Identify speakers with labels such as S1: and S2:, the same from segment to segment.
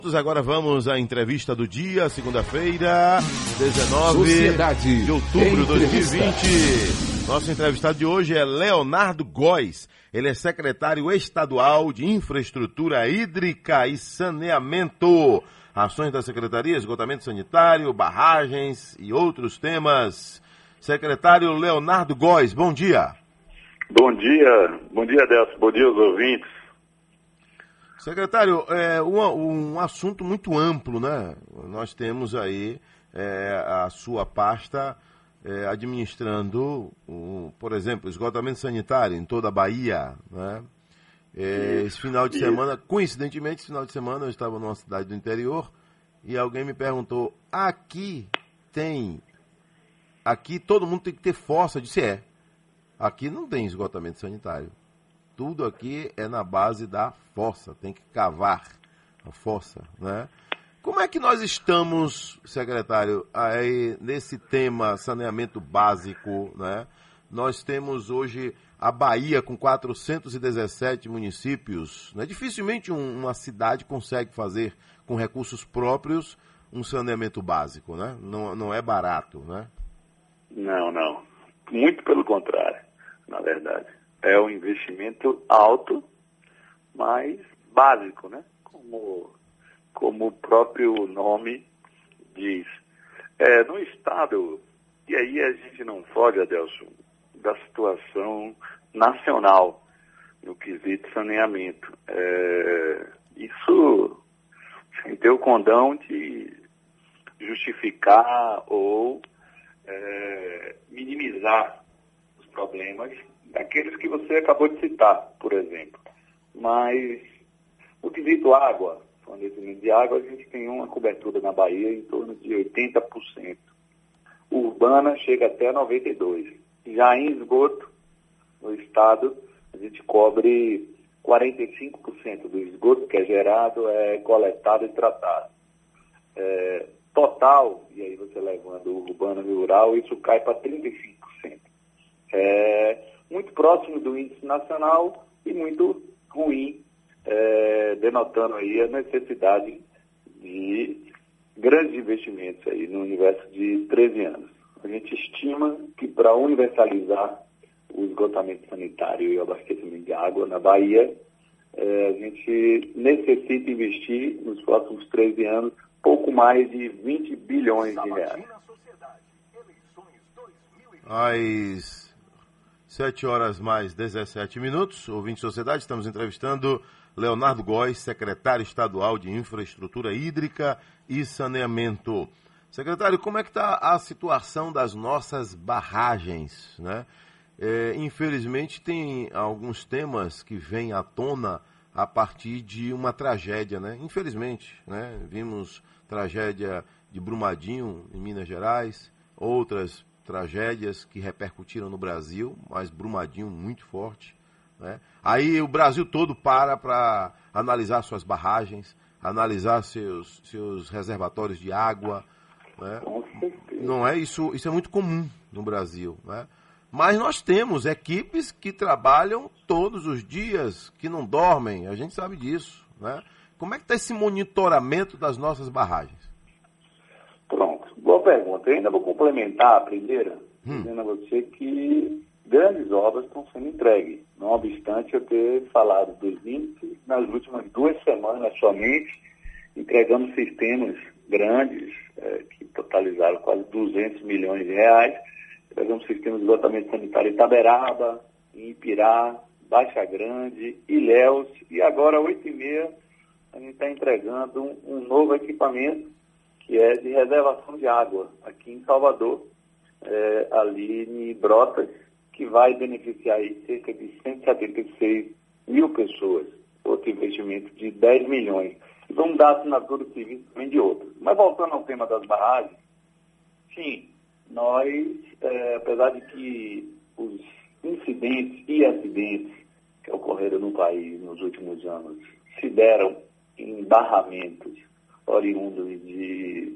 S1: Agora vamos à entrevista do dia, segunda-feira, 19
S2: Sociedade
S1: de outubro de
S2: Entrevista.
S1: 2020. Nosso entrevistado de hoje é Leonardo Góes. Ele é secretário estadual de Infraestrutura Hídrica e Saneamento. Ações da Secretaria, esgotamento sanitário, barragens e outros temas. Secretário Leonardo Góes, bom dia.
S3: Bom dia, Adelson, bom dia aos ouvintes.
S1: Secretário, um assunto muito amplo, né? Nós temos aí a sua pasta administrando, por exemplo, esgotamento sanitário em toda a Bahia, né? Esse final de semana, coincidentemente, esse final de semana eu estava numa cidade do interior e alguém me perguntou, aqui todo mundo tem que ter fossa? Eu disse, aqui não tem esgotamento sanitário. Tudo aqui é na base da fossa, tem que cavar a fossa, né? Como é que nós estamos, secretário, aí nesse tema saneamento básico, né? Nós temos hoje a Bahia com 417 municípios, né? Dificilmente uma cidade consegue fazer com recursos próprios um saneamento básico, né? Não é barato, né?
S3: Não. Muito pelo contrário, na verdade. É um investimento alto, mas básico, né? Como o próprio nome diz. No Estado, e aí a gente não foge, Adelson, da situação nacional no quesito saneamento. Isso sem ter o condão de justificar ou minimizar os problemas daqueles que você acabou de citar, por exemplo. Mas no quesito água, fornecimento de água, a gente tem uma cobertura na Bahia em torno de 80%. Urbana chega até 92%. Já em esgoto, no estado, a gente cobre 45% do esgoto que é gerado, é coletado e tratado. Total, e aí você levando o urbano e o rural, isso cai para 35%. Muito próximo do índice nacional e muito ruim, denotando aí a necessidade de grandes investimentos aí no universo de 13 anos. A gente estima que para universalizar o esgotamento sanitário e o abastecimento de água na Bahia, a gente necessita investir nos próximos 13 anos pouco mais de 20 bilhões de reais.
S1: Às 7h mais 17 minutos, ouvinte de Sociedade, estamos entrevistando Leonardo Góes, secretário estadual de Infraestrutura Hídrica e Saneamento. Secretário, como é que está a situação das nossas barragens, né? Infelizmente tem alguns temas que vêm à tona a partir de uma tragédia, né? Infelizmente, né? Vimos tragédia de Brumadinho, em Minas Gerais, outras tragédias que repercutiram no Brasil, mas Brumadinho muito forte, né? Aí o Brasil todo para analisar suas barragens, analisar seus reservatórios de água, né? Não é isso é muito comum no Brasil, né? Mas nós temos equipes que trabalham todos os dias, que não dormem, a gente sabe disso, né? Como é que está esse monitoramento das nossas barragens?
S3: Pronto, boa pergunta. Eu ainda vou complementar a primeira, dizendo a você que grandes obras estão sendo entregues. Não obstante eu ter falado dos índices, nas últimas 2 semanas somente, entregamos sistemas grandes, que totalizaram quase 200 milhões de reais. Entregamos sistemas de esgotamento sanitário em Itaberaba, em Ipirá, Baixa Grande, Ilhéus, e agora, às 8h30, a gente está entregando um novo equipamento, que é de reservação de água, aqui em Salvador, ali em Brotas, que vai beneficiar aí cerca de 176 mil pessoas, outro investimento de 10 milhões. E vamos dar assinatura de serviço também de outros. Mas voltando ao tema das barragens, sim, nós, apesar de que os incidentes e acidentes que ocorreram no país nos últimos anos se deram em barramentos oriundos de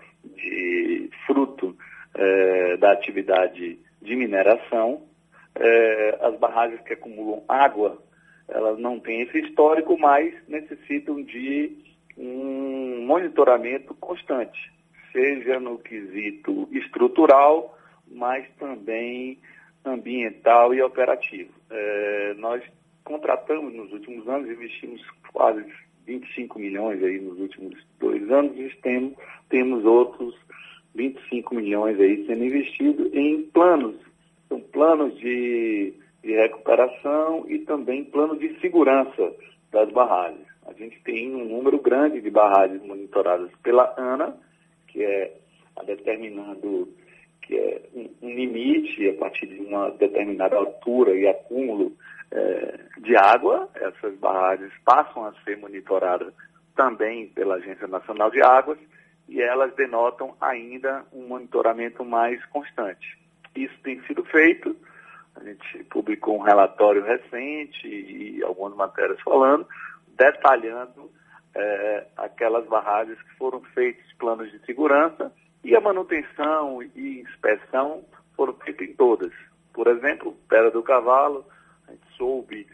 S3: fruto da atividade de mineração, as barragens que acumulam água, elas não têm esse histórico, mas necessitam de um monitoramento constante, seja no quesito estrutural, mas também ambiental e operativo. Nós contratamos nos últimos anos, investimos quase 25 milhões aí nos últimos 2 anos e temos outros 25 milhões aí sendo investidos em planos. São planos de recuperação e também planos de segurança das barragens. A gente tem um número grande de barragens monitoradas pela ANA, que é determinando que é um limite a partir de uma determinada altura e acúmulo de água. Essas barragens passam a ser monitoradas também pela Agência Nacional de Águas e elas denotam ainda um monitoramento mais constante. Isso tem sido feito, a gente publicou um relatório recente e algumas matérias falando, detalhando aquelas barragens que foram feitos planos de segurança e a manutenção e inspeção foram feitas em todas. Por exemplo, Pedra do Cavalo, a gente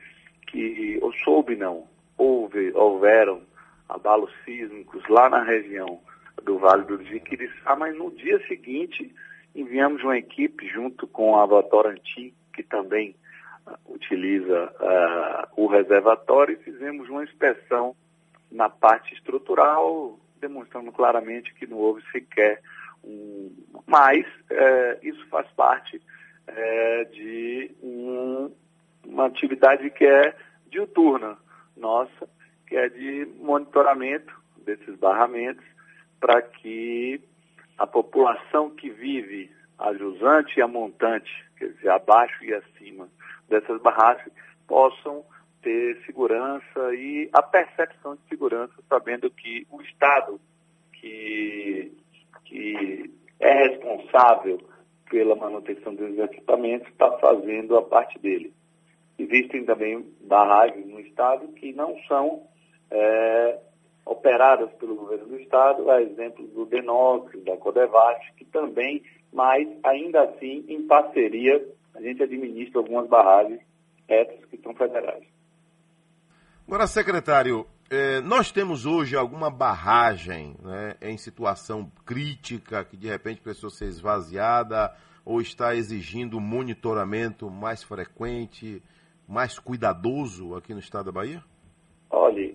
S3: houveram abalos sísmicos lá na região do Vale do Jiquiriçá, mas no dia seguinte enviamos uma equipe junto com a Votorantim, que também utiliza o reservatório, e fizemos uma inspeção na parte estrutural, demonstrando claramente que não houve sequer mas isso faz parte de uma atividade que é diuturna nossa, que é de monitoramento desses barramentos, para que a população que vive a jusante e a montante, quer dizer, abaixo e acima dessas barragens, possam ter segurança e a percepção de segurança, sabendo que o Estado que é responsável pela manutenção dos equipamentos está fazendo a parte dele. Existem também barragens no Estado que não são operadas pelo governo do Estado, a exemplo do DENOC, da Codevasf, que também, mas ainda assim, em parceria, a gente administra algumas barragens, essas que são federais.
S1: Agora, secretário, nós temos hoje alguma barragem, né, em situação crítica, que de repente precisou ser esvaziada ou está exigindo um monitoramento mais frequente, mais cuidadoso aqui no estado da Bahia?
S3: Olha,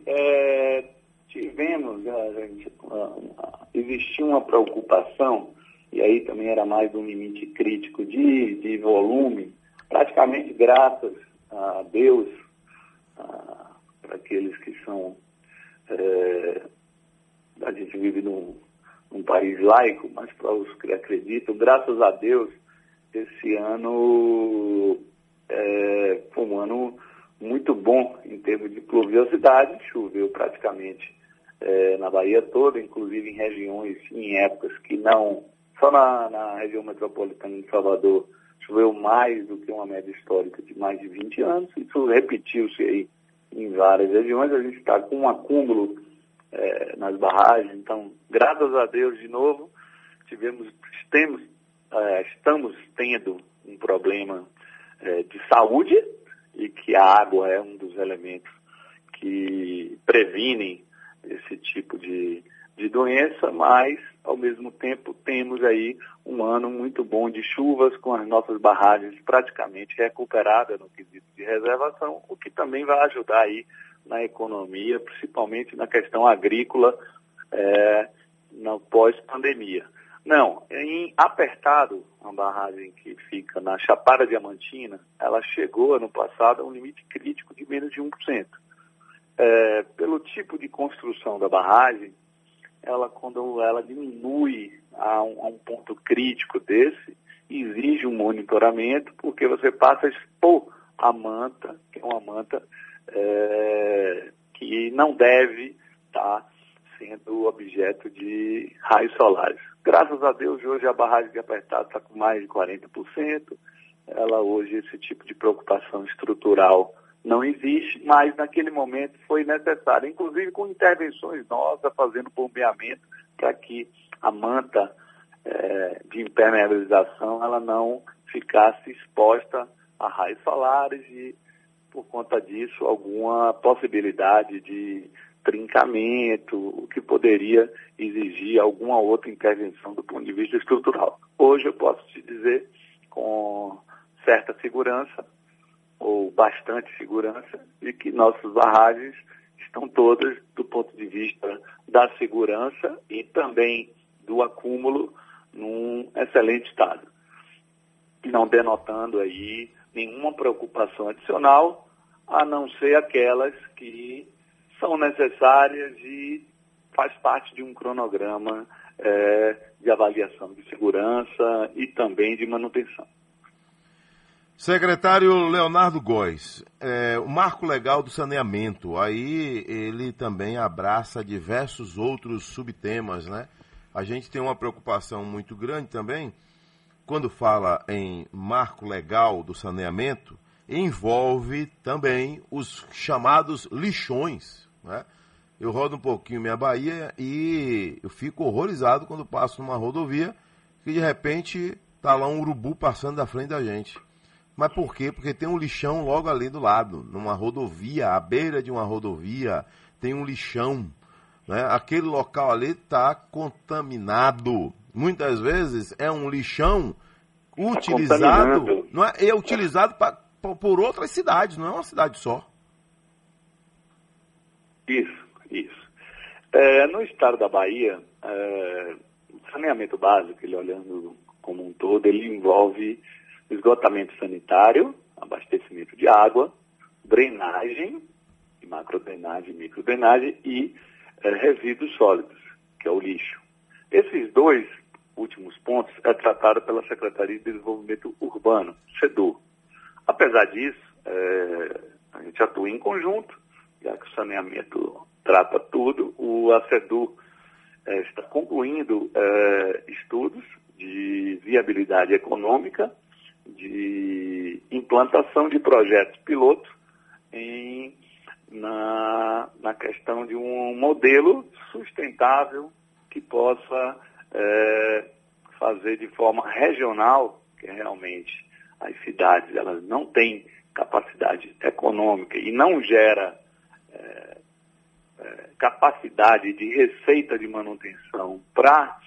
S3: existia uma preocupação, e aí também era mais um limite crítico de volume, praticamente graças a Deus, para aqueles que são... a gente vive num país laico, mas para os que acreditam, graças a Deus, esse ano foi um ano muito bom em termos de pluviosidade. Choveu praticamente na Bahia toda, inclusive em regiões, em épocas que não... Só na região metropolitana de Salvador choveu mais do que uma média histórica de mais de 20 anos. Isso repetiu-se aí em várias regiões. A gente está com um acúmulo nas barragens. Então, graças a Deus, de novo, estamos tendo um problema de saúde, e que a água é um dos elementos que previnem esse tipo de doença, mas, ao mesmo tempo, temos aí um ano muito bom de chuvas, com as nossas barragens praticamente recuperadas no quesito de reservação, o que também vai ajudar aí na economia, principalmente na questão agrícola, na pós-pandemia. Não, em Apertado, uma barragem que fica na Chapada Diamantina, ela chegou ano passado a um limite crítico de menos de 1%. Pelo tipo de construção da barragem, quando ela diminui a um ponto crítico desse, exige um monitoramento, porque você passa a expor a manta, que é uma manta que não deve estar sendo objeto de raios solares. Graças a Deus, hoje a barragem de Apertado está com mais de 40%. Hoje, esse tipo de preocupação estrutural não existe, mas naquele momento foi necessário, inclusive com intervenções nossas, fazendo bombeamento para que a manta de impermeabilização ela não ficasse exposta a raios solares e, por conta disso, alguma possibilidade de trincamento, o que poderia exigir alguma outra intervenção do ponto de vista estrutural. Hoje eu posso te dizer com certa segurança, ou bastante segurança, de que nossas barragens estão todas, do ponto de vista da segurança e também do acúmulo, num excelente estado, não denotando aí nenhuma preocupação adicional, a não ser aquelas que são necessárias e faz parte de um cronograma de avaliação de segurança e também de manutenção.
S1: Secretário Leonardo Góes, o marco legal do saneamento, aí ele também abraça diversos outros subtemas, né? A gente tem uma preocupação muito grande também, quando fala em marco legal do saneamento, envolve também os chamados lixões, né? Eu rodo um pouquinho minha Bahia e eu fico horrorizado quando passo numa rodovia que de repente tá lá um urubu passando da frente da gente. Mas por quê? Porque tem um lixão logo ali do lado, numa rodovia, à beira de uma rodovia, tem um lixão, né? Aquele local ali está contaminado. Muitas vezes é um lixão utilizado, não é utilizado por outras cidades, não é uma cidade só.
S3: Isso. No estado da Bahia, o saneamento básico, ele olhando como um todo, ele envolve esgotamento sanitário, abastecimento de água, drenagem, macrodrenagem, microdrenagem e resíduos sólidos, que é o lixo. Esses dois últimos pontos é tratado pela Secretaria de Desenvolvimento Urbano, SEDUR. Apesar disso, a gente atua em conjunto, já que o saneamento trata tudo. A SEDUR está concluindo estudos de viabilidade econômica, de implantação de projetos pilotos na questão de um modelo sustentável que possa fazer de forma regional, que realmente as cidades elas não têm capacidade econômica e não gera capacidade de receita de manutenção para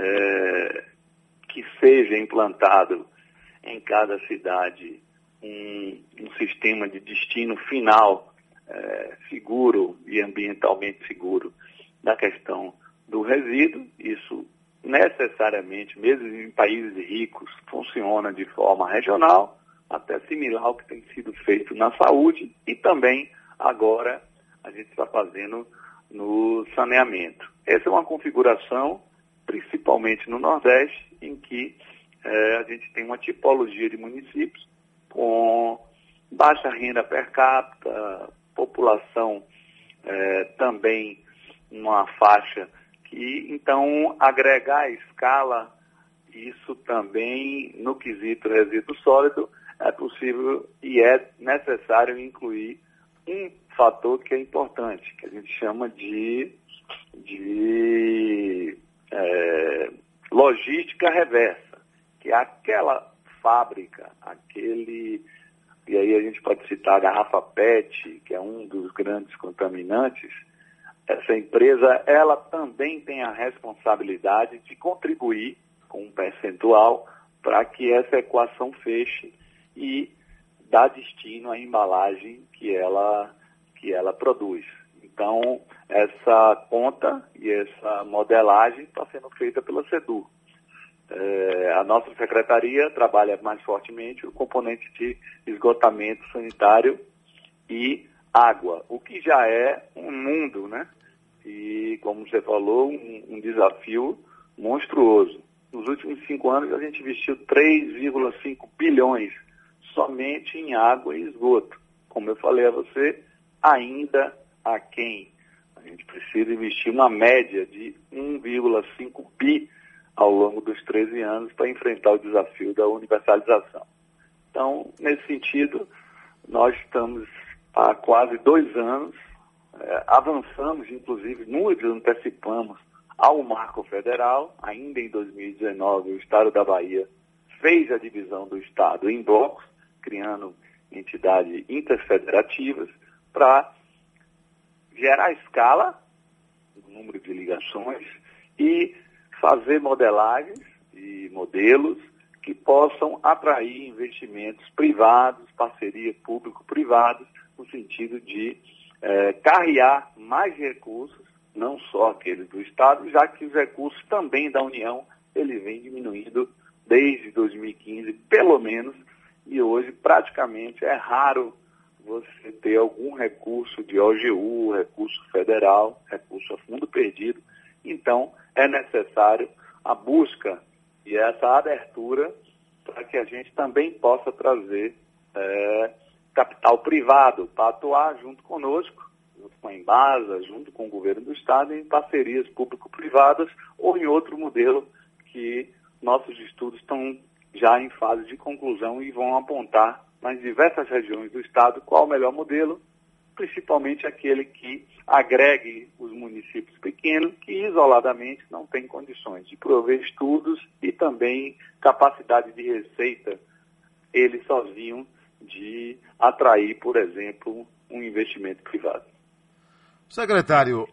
S3: que seja implantado em cada cidade um sistema de destino final seguro e ambientalmente seguro na questão do resíduo. Isso necessariamente, mesmo em países ricos, funciona de forma regional, até similar ao que tem sido feito na saúde e também agora a gente está fazendo no saneamento. Essa é uma configuração, principalmente no Nordeste, em que a gente tem uma tipologia de municípios com baixa renda per capita, população também numa faixa que, então, agregar a escala, isso também, no quesito resíduo sólido, é possível e é necessário incluir um fator que é importante, que a gente chama de logística reversa, que é aquela fábrica, e aí a gente pode citar a garrafa PET, que é um dos grandes contaminantes. Essa empresa, ela também tem a responsabilidade de contribuir com um percentual para que essa equação feche e dá destino à embalagem que ela produz. Então, essa conta e essa modelagem está sendo feita pela SEDUR. A nossa secretaria trabalha mais fortemente o componente de esgotamento sanitário e água, o que já é um mundo, né? E, como você falou, um desafio monstruoso. Nos últimos 5 anos, a gente investiu 3,5 bilhões somente em água e esgoto. Como eu falei a você, ainda aquém. A gente precisa investir uma média de 1,5 bi ao longo dos 13 anos para enfrentar o desafio da universalização. Então, nesse sentido, nós estamos há quase 2 anos, avançamos, inclusive, nos antecipamos ao marco federal. Ainda em 2019, o Estado da Bahia fez a divisão do Estado em blocos, criando entidades interfederativas para gerar escala, o número de ligações, e fazer modelagens e modelos que possam atrair investimentos privados, parceria público-privados, no sentido de carrear mais recursos, não só aqueles do Estado, já que os recursos também da União, ele vem diminuindo desde 2015, pelo menos, e hoje praticamente é raro você ter algum recurso de OGU, recurso federal, recurso a fundo perdido. Então, é necessário a busca e essa abertura para que a gente também possa trazer capital privado para atuar junto conosco, junto com a Embasa, junto com o governo do Estado, em parcerias público-privadas ou em outro modelo que nossos estudos estão já em fase de conclusão e vão apontar nas diversas regiões do Estado qual o melhor modelo, principalmente aquele que agregue os municípios pequenos que isoladamente não têm condições de prover estudos e também capacidade de receita, eles sozinhos, de atrair, por exemplo, um investimento privado.
S1: Secretário,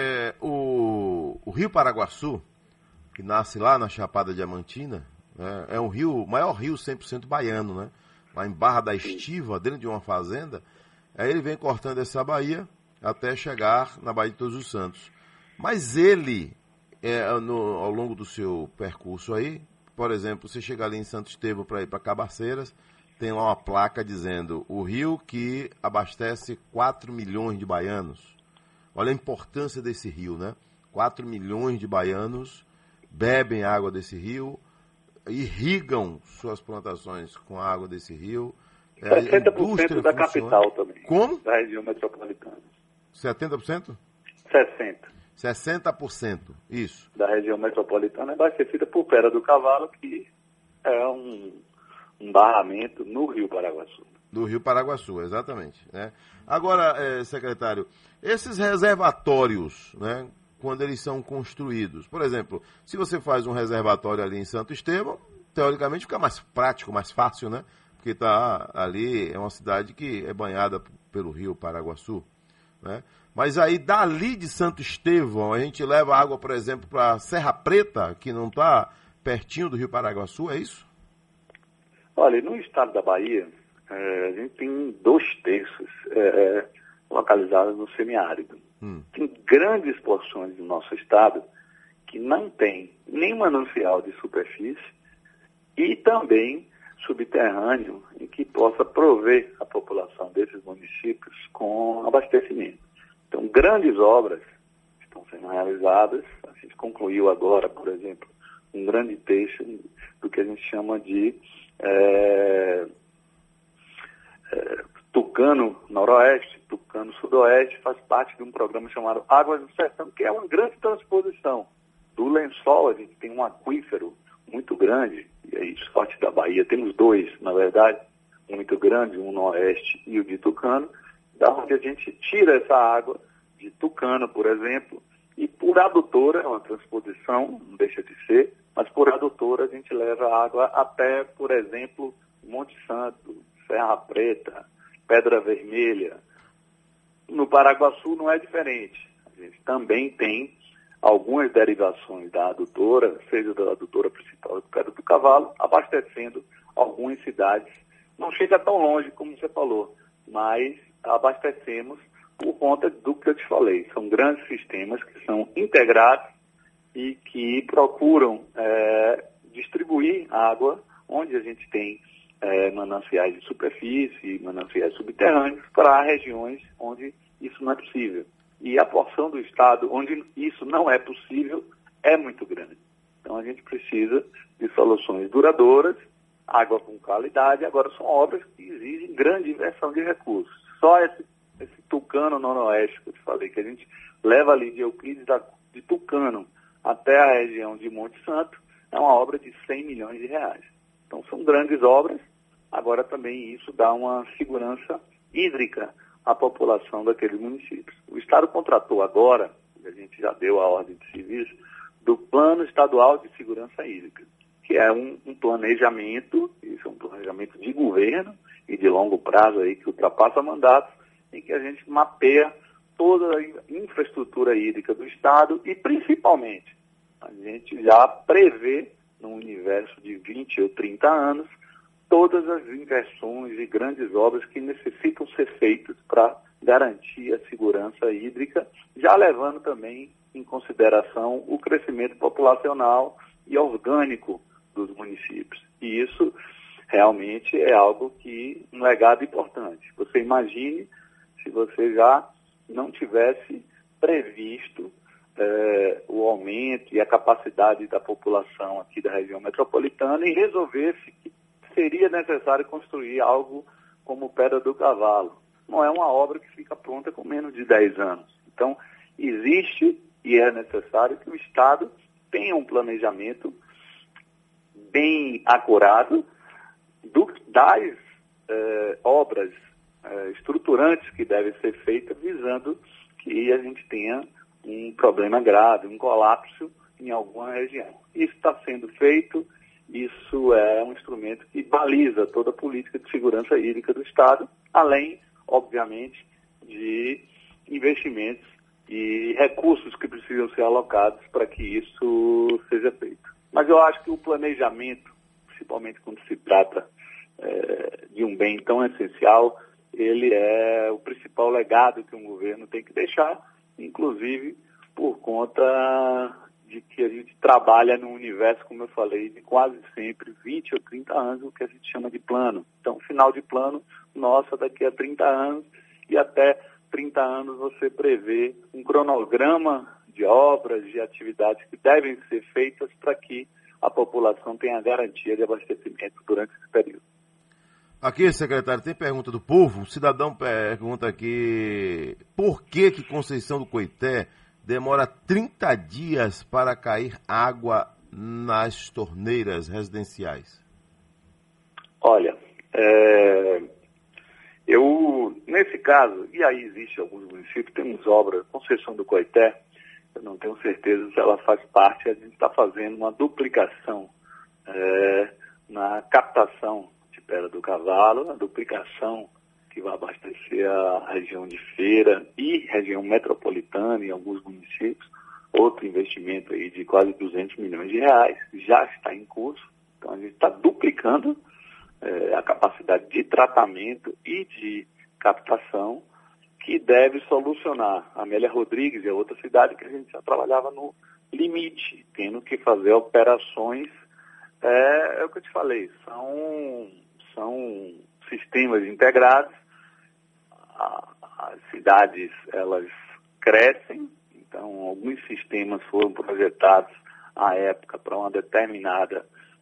S1: o Rio Paraguaçu, que nasce lá na Chapada Diamantina, é um rio, o maior rio 100% baiano, né? Lá em Barra da Estiva, dentro de uma fazenda. Aí ele vem cortando essa baía até chegar na Baía de Todos os Santos. Mas ele, ao longo do seu percurso aí, por exemplo, você chega ali em Santo Estevão para ir para Cabaceiras, tem lá uma placa dizendo o rio que abastece 4 milhões de baianos. Olha a importância desse rio, né? 4 milhões de baianos bebem água desse rio, irrigam suas plantações com a água desse rio.
S3: 60% da capital também.
S1: Como?
S3: Da região metropolitana.
S1: 70%?
S3: 60%.
S1: 60%, isso.
S3: Da região metropolitana é abastecida por Pedra do Cavalo, que é um barramento no Rio Paraguaçu.
S1: Do Rio Paraguaçu, exatamente. Né? Agora, secretário, esses reservatórios, né, quando eles são construídos, por exemplo, se você faz um reservatório ali em Santo Estevão, teoricamente fica mais prático, mais fácil, né? Porque tá ali, é uma cidade que é banhada pelo Rio Paraguaçu, né? Mas aí dali de Santo Estevão, a gente leva água, por exemplo, para Serra Preta, que não está pertinho do Rio Paraguaçu, é isso?
S3: Olha, no estado da Bahia, a gente tem 2/3 localizados no semiárido. Tem grandes porções do nosso estado que não tem nem manancial de superfície e também subterrâneo em que possa prover a população desses municípios com abastecimento. Então, grandes obras estão sendo realizadas. A gente concluiu agora, por exemplo, um grande trecho do que a gente chama de Tucano Noroeste, Tucano Sudoeste, faz parte de um programa chamado Águas do Sertão, que é uma grande transposição. Do lençol, a gente tem um aquífero muito grande, e aí, sorte da Bahia, temos 2, na verdade, muito grande, um no oeste e o de Tucano, da onde a gente tira essa água de Tucano, por exemplo, e por adutora, é uma transposição, não deixa de ser, mas por adutora a gente leva a água até, por exemplo, Monte Santo, Serra Preta, Pedra Vermelha. No Paraguaçu não é diferente. A gente também tem algumas derivações da adutora, seja da adutora principal do Pedra do Cavalo, abastecendo algumas cidades. Não chega tão longe como você falou, mas abastecemos por conta do que eu te falei. São grandes sistemas que são integrados e que procuram distribuir água onde a gente tem mananciais de superfície, mananciais subterrâneos, para regiões onde isso não é possível. E a porção do estado onde isso não é possível é muito grande. Então a gente precisa de soluções duradouras, água com qualidade. Agora são obras que exigem grande inversão de recursos. Só esse Tucano Noroeste que eu te falei, que a gente leva ali de Euclides de Tucano até a região de Monte Santo, é uma obra de 100 milhões de reais. Então são grandes obras. Agora também isso dá uma segurança hídrica à população daqueles municípios. O Estado contratou agora, a gente já deu a ordem de serviço, do Plano Estadual de Segurança Hídrica, que é um planejamento, isso é um planejamento de governo e de longo prazo aí que ultrapassa mandatos, em que a gente mapeia toda a infraestrutura hídrica do Estado e, principalmente, a gente já prevê, no universo de 20 ou 30 anos, todas as inversões e grandes obras que necessitam ser feitas para garantir a segurança hídrica, já levando também em consideração o crescimento populacional e orgânico dos municípios. E isso realmente é algo que, um legado importante. Você imagine se você já não tivesse previsto o aumento e a capacidade da população aqui da região metropolitana e resolvesse que seria necessário construir algo como Pedra do Cavalo. Não é uma obra que fica pronta com menos de 10 anos. Então, existe e é necessário que o Estado tenha um planejamento bem acurado das obras estruturantes que devem ser feitas, visando que a gente tenha um problema grave, um colapso em alguma região. Isso está sendo feito, isso é um instrumento que baliza toda a política de segurança hídrica do Estado, além, obviamente, de investimentos e recursos que precisam ser alocados para que isso seja feito. Mas eu acho que o planejamento, principalmente quando se trata de um bem tão essencial, ele é o principal legado que um governo tem que deixar, inclusive por conta de que a gente trabalha num universo, como eu falei, de quase sempre 20 ou 30 anos, o que a gente chama de plano. Então, final de plano, nossa, daqui a 30 anos, e até 30 anos você prevê um cronograma de obras, de atividades que devem ser feitas para que a população tenha garantia de abastecimento durante esse período.
S1: Aqui, secretário, tem pergunta do povo. Um cidadão pergunta aqui por que Conceição do Coité demora 30 dias para cair água nas torneiras residenciais?
S3: Olha, nesse caso, e aí existe alguns municípios, temos obras, Conceição do Coité, eu não tenho certeza se ela faz parte, a gente está fazendo uma duplicação na captação de Pedra do Cavalo, a duplicação que vai abastecer a região de Feira e região metropolitana em alguns municípios, outro investimento aí de quase 200 milhões de reais, já está em curso, então a gente está duplicando a capacidade de tratamento e de captação que deve solucionar. A Amélia Rodrigues é outra cidade que a gente já trabalhava no limite, tendo que fazer operações, é o que eu te falei, são sistemas integrados, as cidades elas crescem, então alguns sistemas foram projetados à época para uma determinada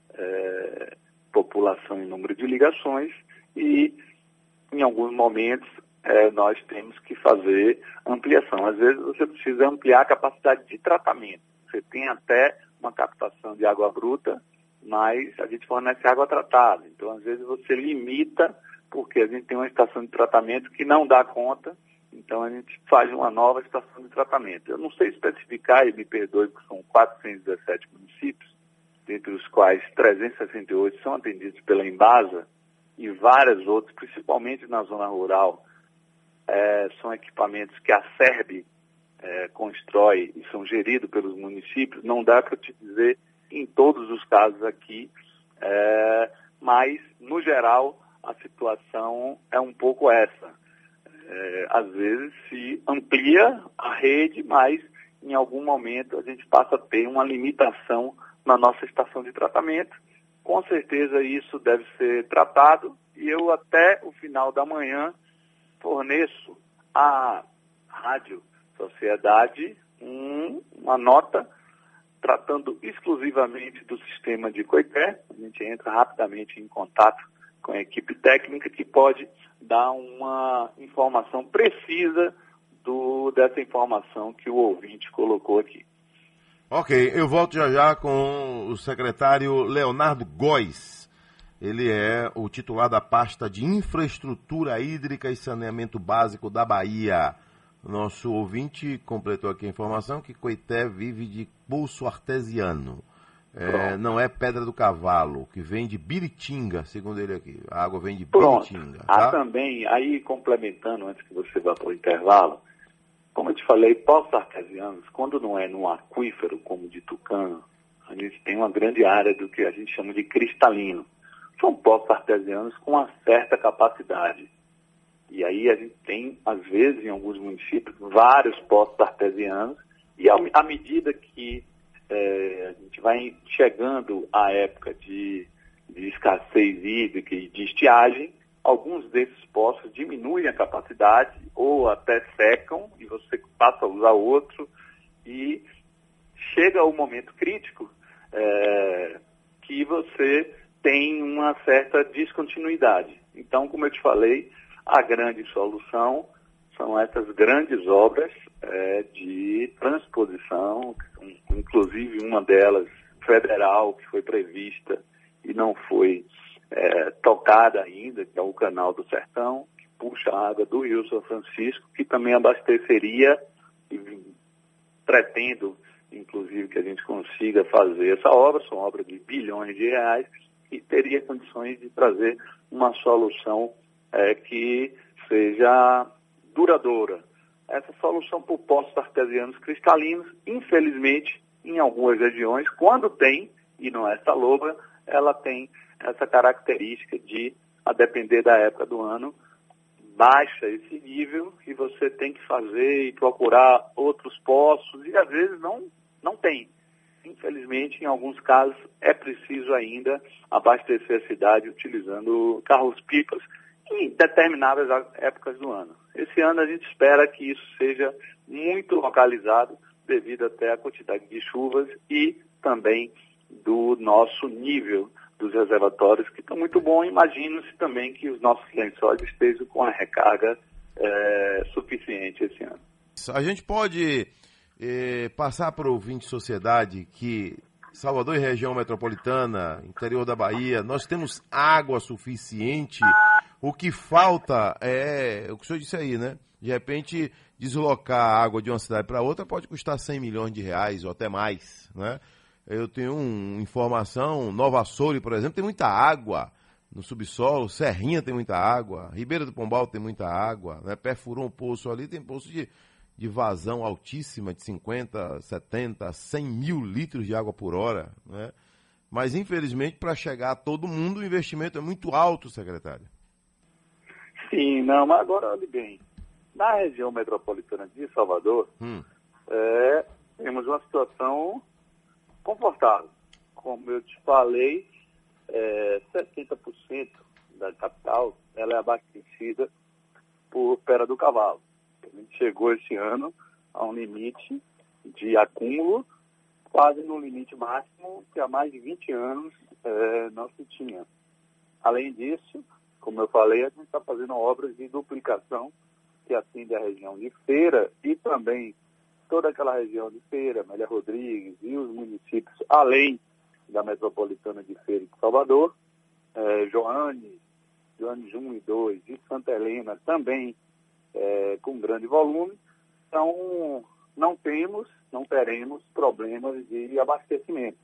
S3: população e número de ligações e em alguns momentos nós temos que fazer ampliação. Às vezes você precisa ampliar a capacidade de tratamento. Você tem até uma captação de água bruta, mas a gente fornece água tratada. Então, às vezes você limita, porque a gente tem uma estação de tratamento que não dá conta, então a gente faz uma nova estação de tratamento. Eu não sei especificar, e me perdoe, porque são 417 municípios, dentre os quais 368 são atendidos pela Embasa e várias outras, principalmente na zona rural, são equipamentos que a SERB constrói e são geridos pelos municípios. Não dá para te dizer em todos os casos aqui, mas, no geral, a situação é um pouco essa. Às vezes se amplia a rede, mas em algum momento a gente passa a ter uma limitação na nossa estação de tratamento. Com certeza isso deve ser tratado e eu até o final da manhã forneço à Rádio Sociedade uma nota tratando exclusivamente do sistema de Coité. A gente entra rapidamente em contato com a equipe técnica que pode dar uma informação precisa dessa informação que o ouvinte colocou aqui.
S1: Ok, eu volto já com o secretário Leonardo Góes. Ele é o titular da pasta de Infraestrutura Hídrica e Saneamento Básico da Bahia. Nosso ouvinte completou aqui a informação que Coité vive de pulso artesiano. Não é Pedra do Cavalo, que vem de Biritinga, segundo ele aqui. A água vem de Biritinga.
S3: Tá? Também, aí complementando, antes que você vá para o intervalo, Como eu te falei, poços artesianos, quando não é num aquífero como o de Tucano, a gente tem uma grande área do que a gente chama de cristalino. São poços artesianos com uma certa capacidade. E aí a gente tem, às vezes, em alguns municípios, vários poços artesianos, e à medida que a gente vai chegando à época de escassez hídrica e de estiagem, alguns desses poços diminuem a capacidade ou até secam e você passa a usar outro e chega o momento crítico que você tem uma certa descontinuidade. Então, como eu te falei, a grande solução são essas grandes obras de transposição, inclusive uma delas federal, que foi prevista e não foi tocada ainda, que é o Canal do Sertão, que puxa a água do Rio São Francisco, que também abasteceria, e pretendo, inclusive, que a gente consiga fazer essa obra, são obras de bilhões de reais, e teria condições de trazer uma solução que seja duradoura. Essa solução por poços artesianos cristalinos, infelizmente, em algumas regiões, quando tem, e não é saloba, ela tem essa característica de, a depender da época do ano, baixa esse nível e você tem que fazer e procurar outros poços e às vezes não tem. Infelizmente, em alguns casos, é preciso ainda abastecer a cidade utilizando carros-pipas em determinadas épocas do ano. Esse ano a gente espera que isso seja muito localizado devido até à quantidade de chuvas e também do nosso nível dos reservatórios, que estão muito bom. Imagino-se também que os nossos lençóis estejam com a recarga suficiente esse ano.
S1: A gente pode passar para o ouvinte de sociedade que Salvador e região metropolitana, interior da Bahia, nós temos água suficiente. O que falta é o que o senhor disse aí, né? De repente, deslocar a água de uma cidade para outra pode custar 100 milhões de reais ou até mais, né? Eu tenho uma informação, Nova Açores, por exemplo, tem muita água no subsolo, Serrinha tem muita água, Ribeira do Pombal tem muita água, né? Perfurou um poço ali, tem poço de vazão altíssima, de 50, 70, 100 mil litros de água por hora, né? Mas, infelizmente, para chegar a todo mundo, o investimento é muito alto, secretário.
S3: Sim, não, mas agora, olhe bem, na região metropolitana de Salvador, temos uma situação confortável. Como eu te falei, 70% da capital ela é abastecida por Pera do Cavalo. A gente chegou esse ano a um limite de acúmulo, quase no limite máximo que há mais de 20 anos não se tinha. Além disso, como eu falei, a gente está fazendo obras de duplicação que atende a região de Feira e também toda aquela região de Feira, Amélia Rodrigues e os municípios, além da metropolitana de Feira e de Salvador, Joane 1 e 2 e Santa Helena também com grande volume. Então, não teremos problemas de abastecimento.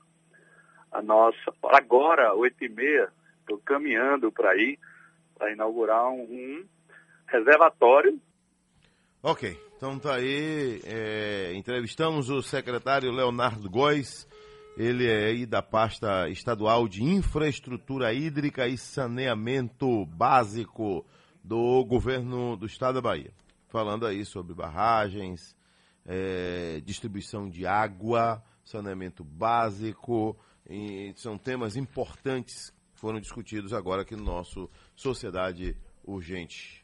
S3: Agora, 8h30, estou caminhando para ir, para inaugurar um reservatório.
S1: Ok, então tá aí, entrevistamos o secretário Leonardo Góes, ele é aí da pasta estadual de infraestrutura hídrica e saneamento básico do governo do estado da Bahia, falando aí sobre barragens, distribuição de água, saneamento básico, e são temas importantes que foram discutidos agora aqui no nosso Sociedade Urgente.